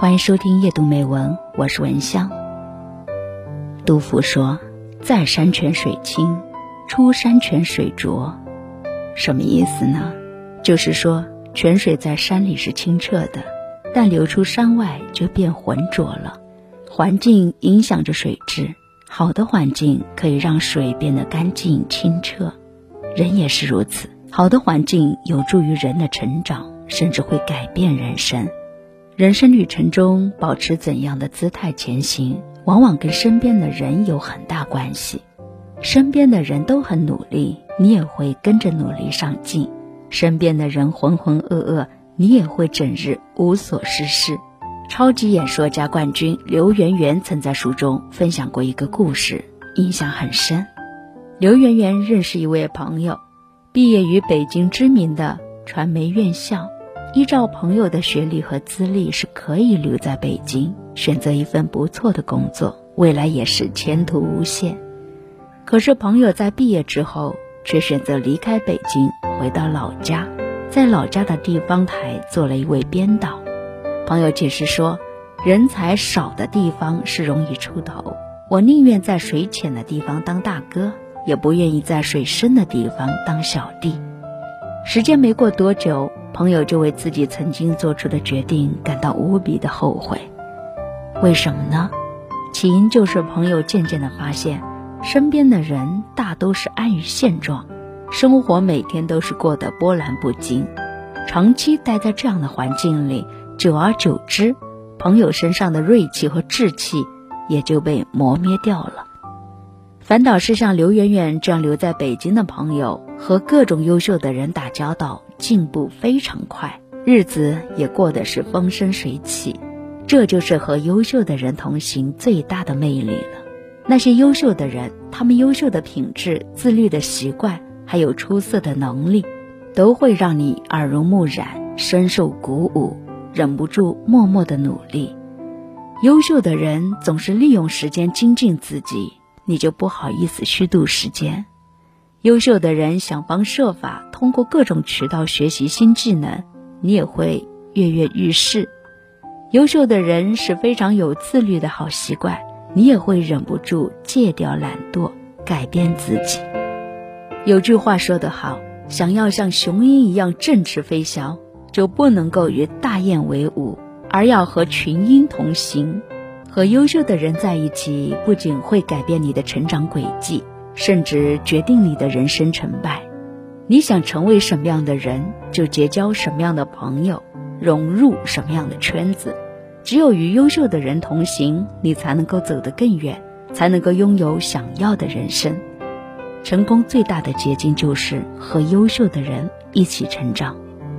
欢迎收听夜读美文，我是文香。杜甫说，在山泉水清，出山泉水浊。什么意思呢？就是说泉水在山里是清澈的，但流出山外就变浑浊了。环境影响着水质，好的环境可以让水变得干净清澈，人也是如此，好的环境有助于人的成长，甚至会改变人生。人生旅程中保持怎样的姿态前行，往往跟身边的人有很大关系。身边的人都很努力，你也会跟着努力上进；身边的人浑浑噩噩，你也会整日无所事事。超级演说家冠军刘媛媛曾在书中分享过一个故事，印象很深。刘媛媛认识一位朋友，毕业于北京知名的传媒院校，依照朋友的学历和资历是可以留在北京，选择一份不错的工作，未来也是前途无限。可是朋友在毕业之后却选择离开北京，回到老家，在老家的地方台做了一位编导。朋友解释说，人才少的地方是容易出头，我宁愿在水浅的地方当大哥，也不愿意在水深的地方当小弟。时间没过多久，朋友就为自己曾经做出的决定感到无比的后悔。为什么呢？起因就是朋友渐渐地发现，身边的人大都是安于现状，生活每天都是过得波澜不惊。长期待在这样的环境里，久而久之，朋友身上的锐气和志气也就被磨灭掉了。反倒是像刘媛媛这样留在北京的朋友，和各种优秀的人打交道，进步非常快，日子也过得是风生水起。这就是和优秀的人同行最大的魅力了。那些优秀的人，他们优秀的品质、自律的习惯，还有出色的能力，都会让你耳濡目染，深受鼓舞，忍不住默默的努力。优秀的人总是利用时间精进自己，你就不好意思虚度时间。优秀的人想方设法通过各种渠道学习新技能，你也会跃跃欲试。优秀的人是非常有自律的好习惯，你也会忍不住戒掉懒惰，改变自己。有句话说得好，想要像雄鹰一样振翅飞翔，就不能够与大雁为伍，而要和群鹰同行。和优秀的人在一起，不仅会改变你的成长轨迹，甚至决定你的人生成败。你想成为什么样的人，就结交什么样的朋友，融入什么样的圈子。只有与优秀的人同行，你才能够走得更远，才能够拥有想要的人生。成功最大的捷径就是和优秀的人一起成长。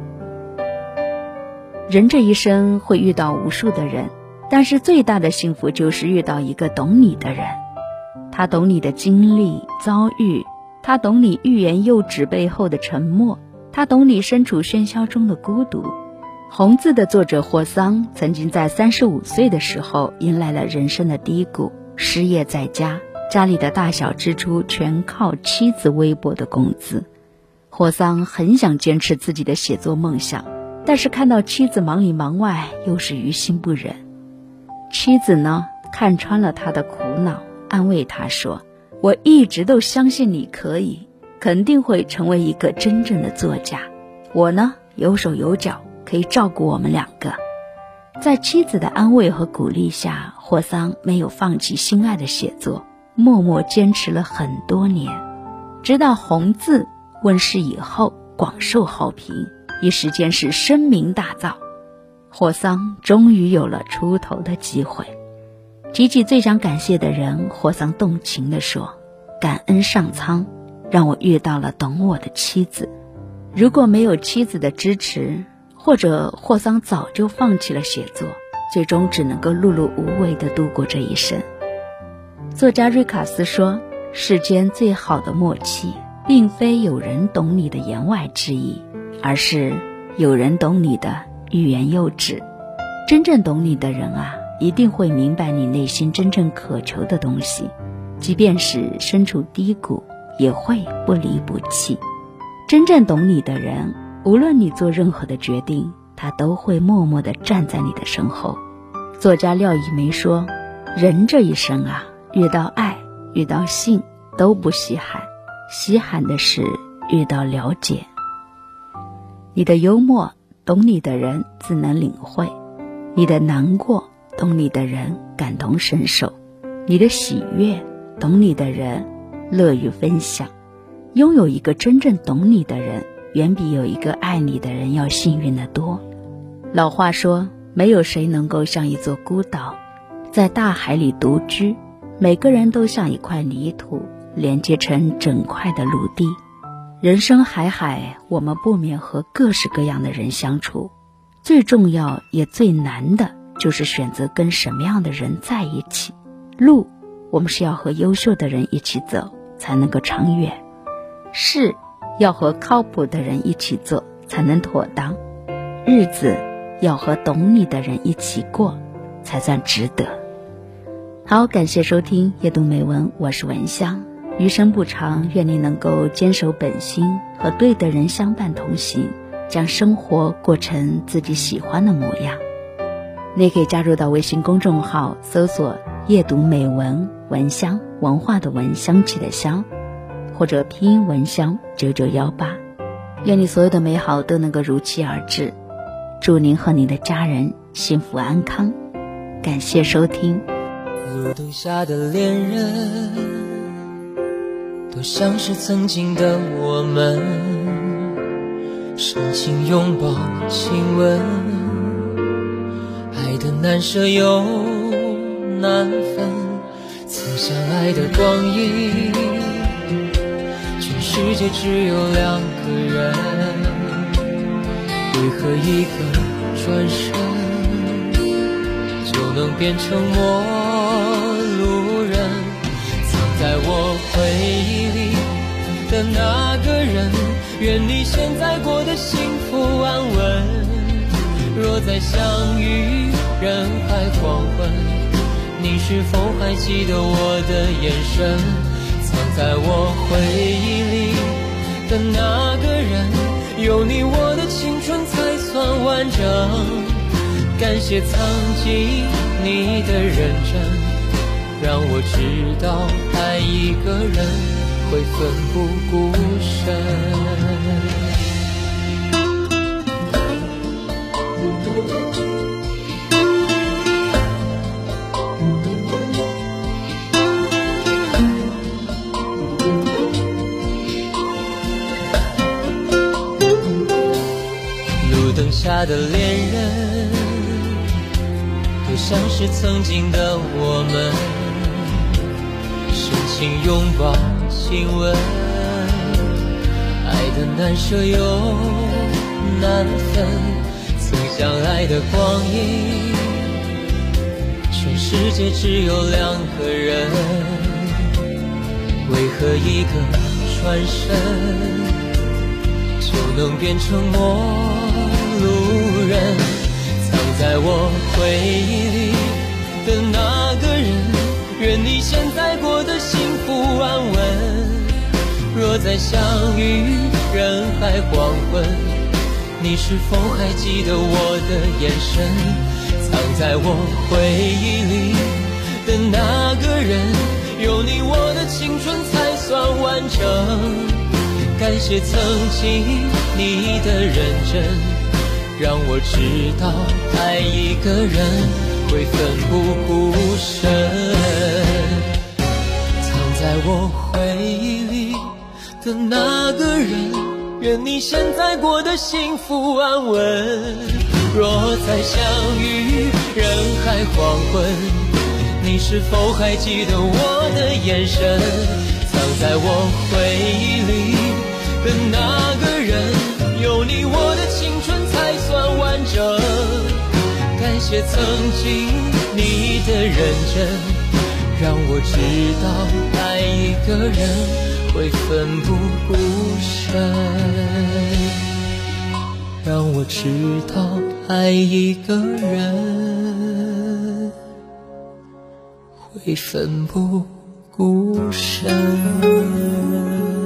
人这一生会遇到无数的人，但是最大的幸福就是遇到一个懂你的人。他懂你的经历遭遇，他懂你欲言又止背后的沉默，他懂你身处喧嚣中的孤独。红字的作者霍桑曾经在35岁的时候迎来了人生的低谷，失业在家，家里的大小支出全靠妻子微薄的工资。霍桑很想坚持自己的写作梦想，但是看到妻子忙里忙外，又是于心不忍。妻子呢，看穿了他的苦恼，安慰他说，我一直都相信你可以，肯定会成为一个真正的作家。我呢，有手有脚，可以照顾我们两个。在妻子的安慰和鼓励下，霍桑没有放弃心爱的写作，默默坚持了很多年，直到红字问世以后广受好评，一时间是声名大噪。霍桑终于有了出头的机会。提起最想感谢的人，霍桑动情地说，感恩上苍，让我遇到了懂我的妻子。如果没有妻子的支持，或者霍桑早就放弃了写作，最终只能够碌碌无为地度过这一生。作家瑞卡斯说，世间最好的默契，并非有人懂你的言外之意，而是有人懂你的欲言又止。真正懂你的人啊，一定会明白你内心真正渴求的东西，即便是身处低谷，也会不离不弃。真正懂你的人，无论你做任何的决定，他都会默默地站在你的身后， 作家廖一梅说，人这一生啊，遇到爱遇到性都不稀罕，稀罕的是遇到了解。你的幽默懂你的人自能领会，你的难过懂你的人感同身受，你的喜悦懂你的人乐于分享。拥有一个真正懂你的人，远比有一个爱你的人要幸运得多。老话说，没有谁能够像一座孤岛，在大海里独居，每个人都像一块泥土，连接成整块的陆地。人生海海，我们不免和各式各样的人相处，最重要也最难的就是选择跟什么样的人在一起。路，我们是要和优秀的人一起走，才能够长远；事，要和靠谱的人一起做，才能妥当；日子，要和懂你的人一起过，才算值得。好，感谢收听夜读美文，我是文香。余生不长，愿你能够坚守本心，和对的人相伴同行，将生活过成自己喜欢的模样。你也可以加入到微信公众号，搜索夜读美文，文香，文化的文，香气的香，或者拼音文香9918。愿你所有的美好都能够如期而至，祝您和你的家人幸福安康。感谢收听。 路灯下的恋人，都像是曾经的我们，深情拥抱亲吻，爱的难舍又难分，曾相爱的光阴，全世界只有两个人，为何一个转身就能变成陌路人？藏在我回忆里的那个人，愿你现在过得幸福安稳。若再相遇人海黄昏，你是否还记得我的眼神？藏在我回忆里的那个人，有你我的青春才算完整。感谢曾经你的认真，让我知道爱一个人会奋不顾身。路灯下的恋人，都像是曾经的我们，深情拥抱亲吻，爱的难舍又难分，曾相爱的光阴，全世界只有两个人，为何一个转身就能变成陌路人？藏在我回忆里的那个人，愿你现在过得幸福安稳。若再相遇人海黄昏，你是否还记得我的眼神？藏在我回忆里的那个人，有你我的青春才算完整。感谢曾经你的认真，让我知道爱一个人会奋不顾身。藏在我回忆里的那个人，愿你现在过得幸福安稳。若再相遇人海黄昏，你是否还记得我的眼神？藏在我回忆里的那个人，有你我的青春才算完整。感谢曾经你的认真，让我知道爱一个人会奋不顾身，让我知道爱一个人会奋不顾身。